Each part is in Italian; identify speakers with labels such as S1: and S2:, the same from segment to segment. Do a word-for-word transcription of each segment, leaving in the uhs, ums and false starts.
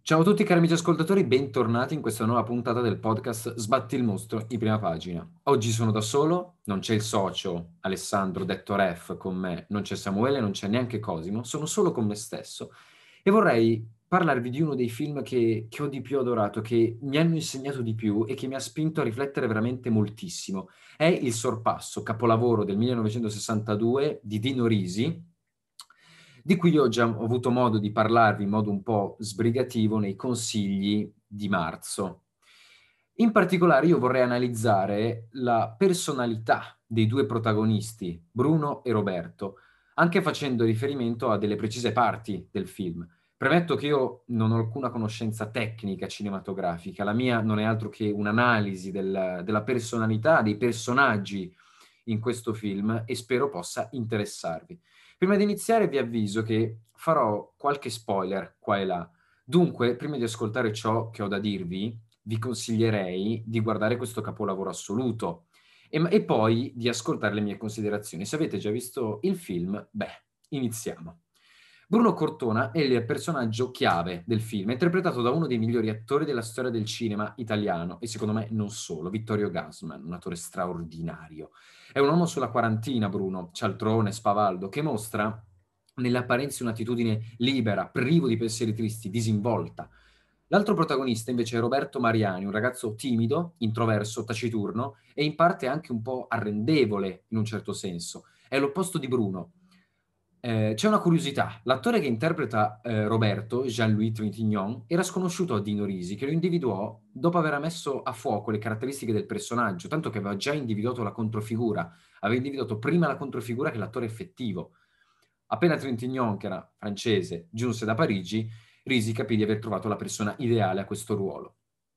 S1: Ciao a tutti cari amici ascoltatori, bentornati in questa nuova puntata del podcast Sbatti il mostro in prima pagina. Oggi sono da solo, non c'è il socio Alessandro detto Ref con me, non c'è Samuele, non c'è neanche Cosimo, sono solo con me stesso e vorrei parlarvi di uno dei film che, che ho di più adorato, che mi hanno insegnato di più e che mi ha spinto a riflettere veramente moltissimo. È Il Sorpasso, capolavoro del millenovecentosessantadue di Dino Risi, di cui io ho già ho avuto modo di parlarvi in modo un po' sbrigativo nei consigli di marzo. In particolare io vorrei analizzare la personalità dei due protagonisti, Bruno e Roberto, anche facendo riferimento a delle precise parti del film. Premetto che io non ho alcuna conoscenza tecnica cinematografica, la mia non è altro che un'analisi del- della personalità dei personaggi in questo film e spero possa interessarvi. Prima di iniziare vi avviso che farò qualche spoiler qua e là. Dunque, prima di ascoltare ciò che ho da dirvi, vi consiglierei di guardare questo capolavoro assoluto e, e poi di ascoltare le mie considerazioni. Se avete già visto il film, beh, iniziamo. Bruno Cortona è il personaggio chiave del film, interpretato da uno dei migliori attori della storia del cinema italiano e secondo me non solo, Vittorio Gassman, un attore straordinario. È un uomo sulla quarantina, Bruno, cialtrone, spavaldo, che mostra nelle apparenze un'attitudine libera, privo di pensieri tristi, disinvolta. L'altro protagonista invece è Roberto Mariani, un ragazzo timido, introverso, taciturno e in parte anche un po' arrendevole in un certo senso. È l'opposto di Bruno. Eh, c'è una curiosità. L'attore che interpreta eh, Roberto, Jean-Louis Trintignant, era sconosciuto a Dino Risi, che lo individuò dopo aver messo a fuoco le caratteristiche del personaggio, tanto che aveva già individuato la controfigura, aveva individuato prima la controfigura che l'attore effettivo. Appena Trintignant, che era francese, giunse da Parigi, Risi capì di aver trovato la persona ideale a questo ruolo.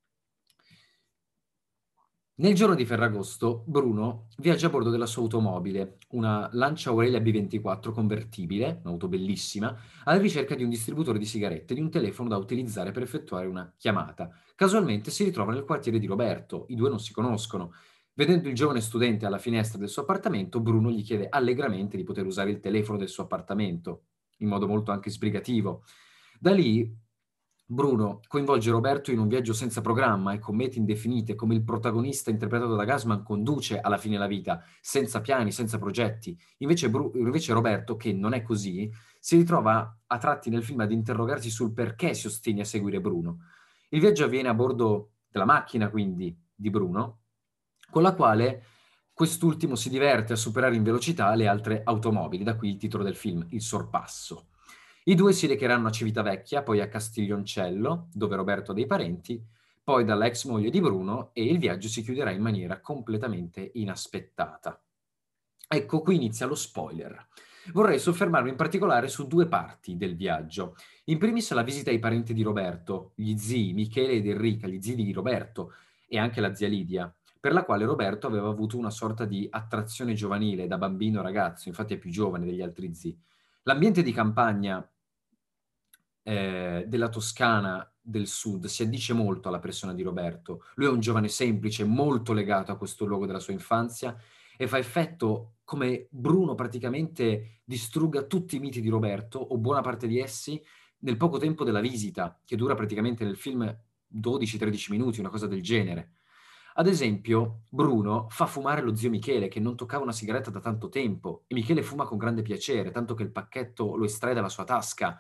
S1: Nel giorno di Ferragosto, Bruno viaggia a bordo della sua automobile, una Lancia Aurelia B ventiquattro convertibile, un'auto bellissima, alla ricerca di un distributore di sigarette e di un telefono da utilizzare per effettuare una chiamata. Casualmente si ritrova nel quartiere di Roberto, i due non si conoscono. Vedendo il giovane studente alla finestra del suo appartamento, Bruno gli chiede allegramente di poter usare il telefono del suo appartamento, in modo molto anche sbrigativo. Da lì Bruno coinvolge Roberto in un viaggio senza programma e con mete indefinite, come il protagonista interpretato da Gasman conduce alla fine la vita, senza piani, senza progetti. Invece, Bru- invece Roberto, che non è così, si ritrova a tratti nel film ad interrogarsi sul perché si ostini a seguire Bruno. Il viaggio avviene a bordo della macchina, quindi, di Bruno, con la quale quest'ultimo si diverte a superare in velocità le altre automobili, da qui il titolo del film, Il Sorpasso. I due si recheranno a Civitavecchia, poi a Castiglioncello, dove Roberto ha dei parenti, poi dalla ex moglie di Bruno e il viaggio si chiuderà in maniera completamente inaspettata. Ecco, qui inizia lo spoiler. Vorrei soffermarmi in particolare su due parti del viaggio. In primis la visita ai parenti di Roberto, gli zii Michele ed Enrica, gli zii di Roberto, e anche la zia Lidia, per la quale Roberto aveva avuto una sorta di attrazione giovanile da bambino ragazzo, infatti è più giovane degli altri zii. L'ambiente di campagna eh, della Toscana del sud si addice molto alla persona di Roberto. Lui è un giovane semplice, molto legato a questo luogo della sua infanzia e fa effetto come Bruno praticamente distrugga tutti i miti di Roberto, o buona parte di essi, nel poco tempo della visita, che dura praticamente nel film dodici tredici minuti, una cosa del genere. Ad esempio, Bruno fa fumare lo zio Michele, che non toccava una sigaretta da tanto tempo, e Michele fuma con grande piacere, tanto che il pacchetto lo estrae dalla sua tasca.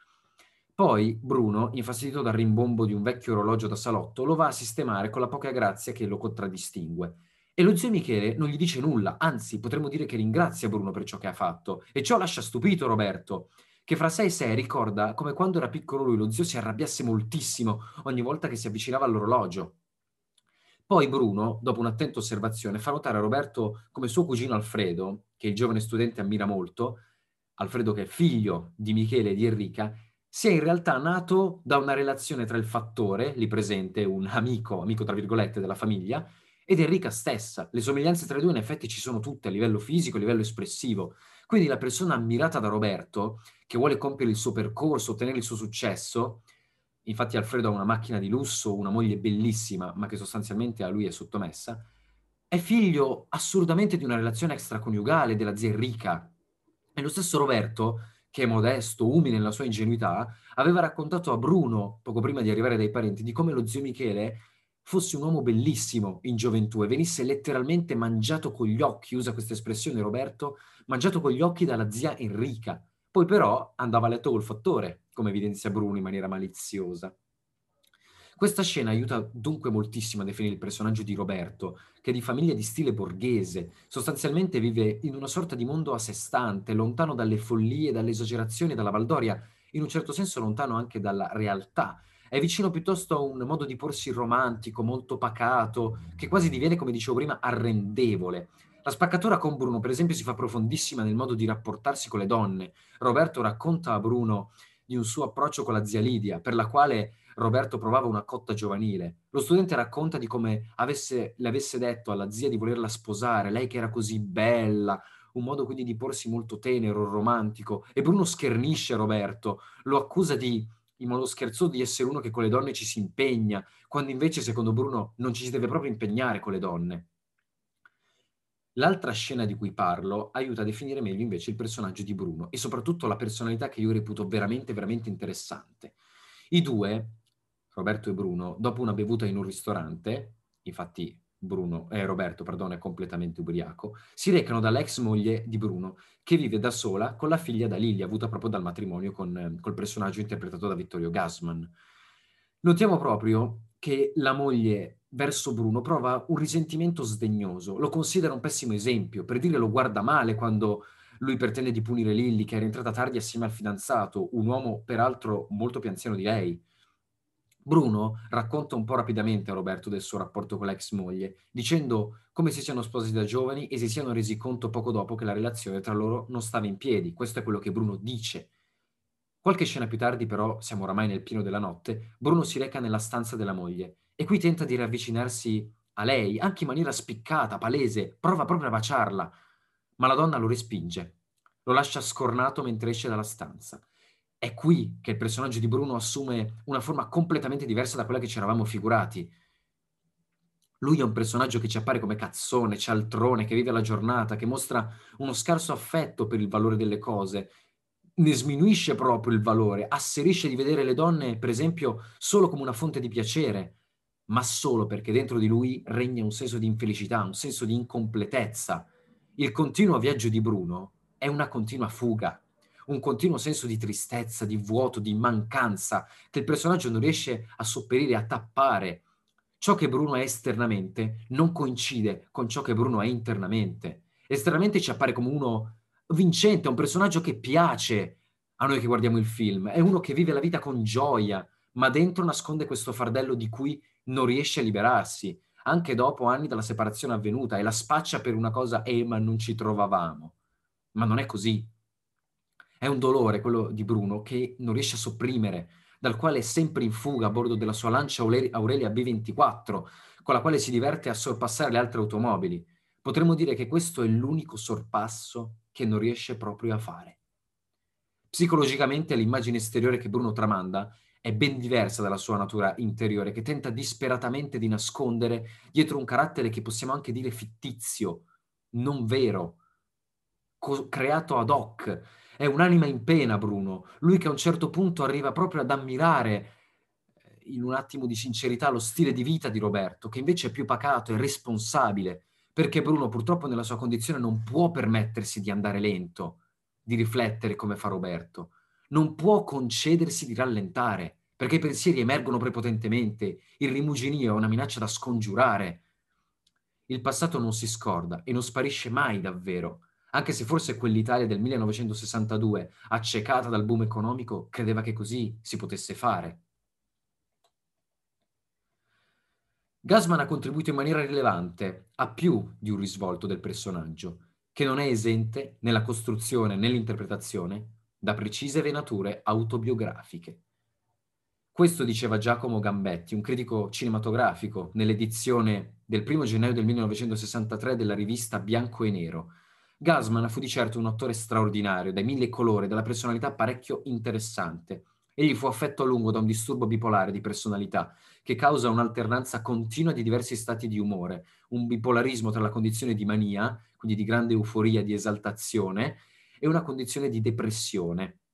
S1: Poi Bruno, infastidito dal rimbombo di un vecchio orologio da salotto, lo va a sistemare con la poca grazia che lo contraddistingue. E lo zio Michele non gli dice nulla, anzi potremmo dire che ringrazia Bruno per ciò che ha fatto. E ciò lascia stupito Roberto, che fra sé e sé ricorda come quando era piccolo lui lo zio si arrabbiasse moltissimo ogni volta che si avvicinava all'orologio. Poi Bruno, dopo un'attenta osservazione, fa notare a Roberto come suo cugino Alfredo, che il giovane studente ammira molto, Alfredo che è figlio di Michele e di Enrica, sia in realtà nato da una relazione tra il fattore, lì presente un amico, amico tra virgolette, della famiglia, ed Enrica stessa. Le somiglianze tra i due in effetti ci sono tutte a livello fisico, a livello espressivo. Quindi la persona ammirata da Roberto, che vuole compiere il suo percorso, ottenere il suo successo, infatti Alfredo ha una macchina di lusso, una moglie bellissima, ma che sostanzialmente a lui è sottomessa, è figlio assurdamente di una relazione extraconiugale della zia Enrica. E lo stesso Roberto, che è modesto, umile nella sua ingenuità, aveva raccontato a Bruno, poco prima di arrivare dai parenti, di come lo zio Michele fosse un uomo bellissimo in gioventù e venisse letteralmente mangiato con gli occhi, usa questa espressione Roberto, mangiato con gli occhi dalla zia Enrica. Poi però andava a letto col fattore, come evidenzia Bruno in maniera maliziosa. Questa scena aiuta dunque moltissimo a definire il personaggio di Roberto, che è di famiglia di stile borghese, sostanzialmente vive in una sorta di mondo a sé stante, lontano dalle follie, dalle esagerazioni, dalla baldoria, in un certo senso lontano anche dalla realtà. È vicino piuttosto a un modo di porsi romantico, molto pacato, che quasi diviene, come dicevo prima, arrendevole. La spaccatura con Bruno, per esempio, si fa profondissima nel modo di rapportarsi con le donne. Roberto racconta a Bruno di un suo approccio con la zia Lidia, per la quale Roberto provava una cotta giovanile. Lo studente racconta di come avesse, le avesse detto alla zia di volerla sposare, lei che era così bella, un modo quindi di porsi molto tenero, romantico, e Bruno schernisce Roberto, lo accusa di, in modo scherzoso, di essere uno che con le donne ci si impegna, quando invece, secondo Bruno, non ci si deve proprio impegnare con le donne. L'altra scena di cui parlo aiuta a definire meglio invece il personaggio di Bruno e soprattutto la personalità che io reputo veramente, veramente interessante. I due, Roberto e Bruno, dopo una bevuta in un ristorante, infatti Bruno, eh, Roberto, perdono, è completamente ubriaco, si recano dall'ex moglie di Bruno, che vive da sola con la figlia da Lily, avuta proprio dal matrimonio con, eh, col personaggio interpretato da Vittorio Gassman. Notiamo proprio che la moglie verso Bruno prova un risentimento sdegnoso, lo considera un pessimo esempio, per dire lo guarda male quando lui pretende di punire Lily, che era entrata tardi assieme al fidanzato, un uomo peraltro molto più anziano di lei. Bruno racconta un po' rapidamente a Roberto del suo rapporto con l'ex moglie, dicendo come si siano sposati da giovani e si siano resi conto poco dopo che la relazione tra loro non stava in piedi. Questo è quello che Bruno dice. Qualche scena più tardi, però, siamo oramai nel pieno della notte, Bruno si reca nella stanza della moglie e qui tenta di riavvicinarsi a lei, anche in maniera spiccata, palese, prova proprio a baciarla, ma la donna lo respinge, lo lascia scornato mentre esce dalla stanza. È qui che il personaggio di Bruno assume una forma completamente diversa da quella che ci eravamo figurati. Lui è un personaggio che ci appare come cazzone, cialtrone, che vive la giornata, che mostra uno scarso affetto per il valore delle cose, ne sminuisce proprio il valore, asserisce di vedere le donne, per esempio, solo come una fonte di piacere, ma solo perché dentro di lui regna un senso di infelicità, un senso di incompletezza. Il continuo viaggio di Bruno è una continua fuga, un continuo senso di tristezza, di vuoto, di mancanza, che il personaggio non riesce a sopperire, a tappare. Ciò che Bruno è esternamente non coincide con ciò che Bruno è internamente. Esternamente ci appare come uno vincente, un personaggio che piace a noi che guardiamo il film, è uno che vive la vita con gioia, ma dentro nasconde questo fardello di cui non riesce a liberarsi, anche dopo anni dalla separazione avvenuta, e la spaccia per una cosa, eh, ma non ci trovavamo. Ma non è così. È un dolore, quello di Bruno, che non riesce a sopprimere, dal quale è sempre in fuga a bordo della sua Lancia Aure- Aurelia B ventiquattro, con la quale si diverte a sorpassare le altre automobili. Potremmo dire che questo è l'unico sorpasso che non riesce proprio a fare. Psicologicamente l'immagine esteriore che Bruno tramanda è ben diversa dalla sua natura interiore, che tenta disperatamente di nascondere dietro un carattere che possiamo anche dire fittizio, non vero, co- creato ad hoc. È un'anima in pena, Bruno. Lui che a un certo punto arriva proprio ad ammirare, eh, in un attimo di sincerità, lo stile di vita di Roberto, che invece è più pacato e responsabile, perché Bruno purtroppo nella sua condizione non può permettersi di andare lento, di riflettere come fa Roberto. Non può concedersi di rallentare, perché i pensieri emergono prepotentemente, il rimuginio è una minaccia da scongiurare. Il passato non si scorda e non sparisce mai davvero, anche se forse quell'Italia del millenovecentosessantadue, accecata dal boom economico, credeva che così si potesse fare. Gassman ha contribuito in maniera rilevante a più di un risvolto del personaggio, che non è esente nella costruzione e nell'interpretazione da precise venature autobiografiche. Questo diceva Giacomo Gambetti, un critico cinematografico, nell'edizione del primo gennaio del millenovecentosessantatré della rivista Bianco e Nero. Gassman fu di certo un attore straordinario, dai mille colori, dalla personalità parecchio interessante. Egli fu affetto a lungo da un disturbo bipolare di personalità, che causa un'alternanza continua di diversi stati di umore, un bipolarismo tra la condizione di mania, quindi di grande euforia, di esaltazione, e una condizione di depressione,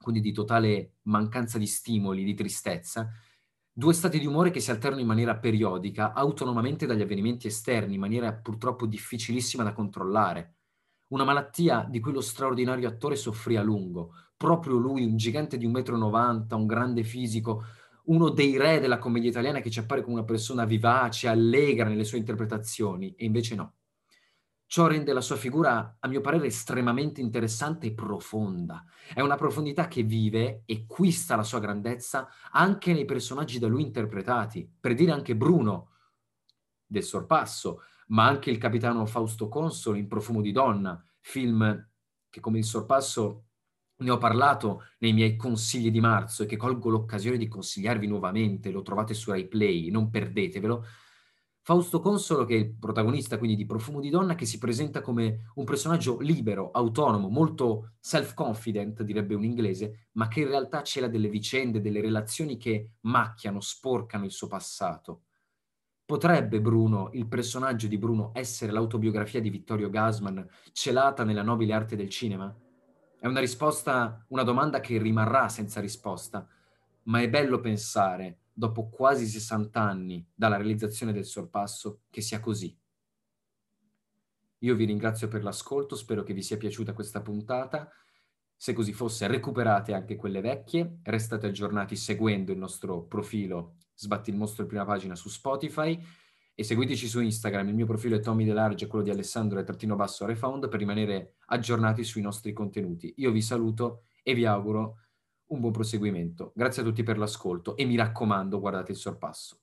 S1: quindi di totale mancanza di stimoli, di tristezza, due stati di umore che si alternano in maniera periodica, autonomamente dagli avvenimenti esterni, in maniera purtroppo difficilissima da controllare. Una malattia di cui lo straordinario attore soffrì a lungo. Proprio lui, un gigante di un metro e novanta, un grande fisico, uno dei re della commedia italiana che ci appare come una persona vivace, allegra nelle sue interpretazioni, e invece no. Ciò rende la sua figura, a mio parere, estremamente interessante e profonda. È una profondità che vive e qui sta la sua grandezza anche nei personaggi da lui interpretati. Per dire anche Bruno del Sorpasso, ma anche il capitano Fausto Consolo in Profumo di donna, film che come il Sorpasso ne ho parlato nei miei consigli di marzo e che colgo l'occasione di consigliarvi nuovamente, lo trovate su Rai Play, non perdetevelo. Fausto Consolo, che è il protagonista quindi di Profumo di donna, che si presenta come un personaggio libero, autonomo, molto self-confident, direbbe un inglese, ma che in realtà cela delle vicende, delle relazioni che macchiano, sporcano il suo passato. Potrebbe Bruno, il personaggio di Bruno, essere l'autobiografia di Vittorio Gassman, celata nella nobile arte del cinema? È una risposta, una domanda che rimarrà senza risposta, ma è bello pensare, dopo quasi sessanta anni dalla realizzazione del Sorpasso, che sia così. Io vi ringrazio per l'ascolto, spero che vi sia piaciuta questa puntata. Se così fosse, recuperate anche quelle vecchie, restate aggiornati seguendo il nostro profilo Sbatti il mostro in prima pagina su Spotify e seguiteci su Instagram, il mio profilo è Tommy Delarge e quello di Alessandro è trattino basso Refound per rimanere aggiornati sui nostri contenuti. Io vi saluto e vi auguro un buon proseguimento. Grazie a tutti per l'ascolto e mi raccomando, guardate il sorpasso.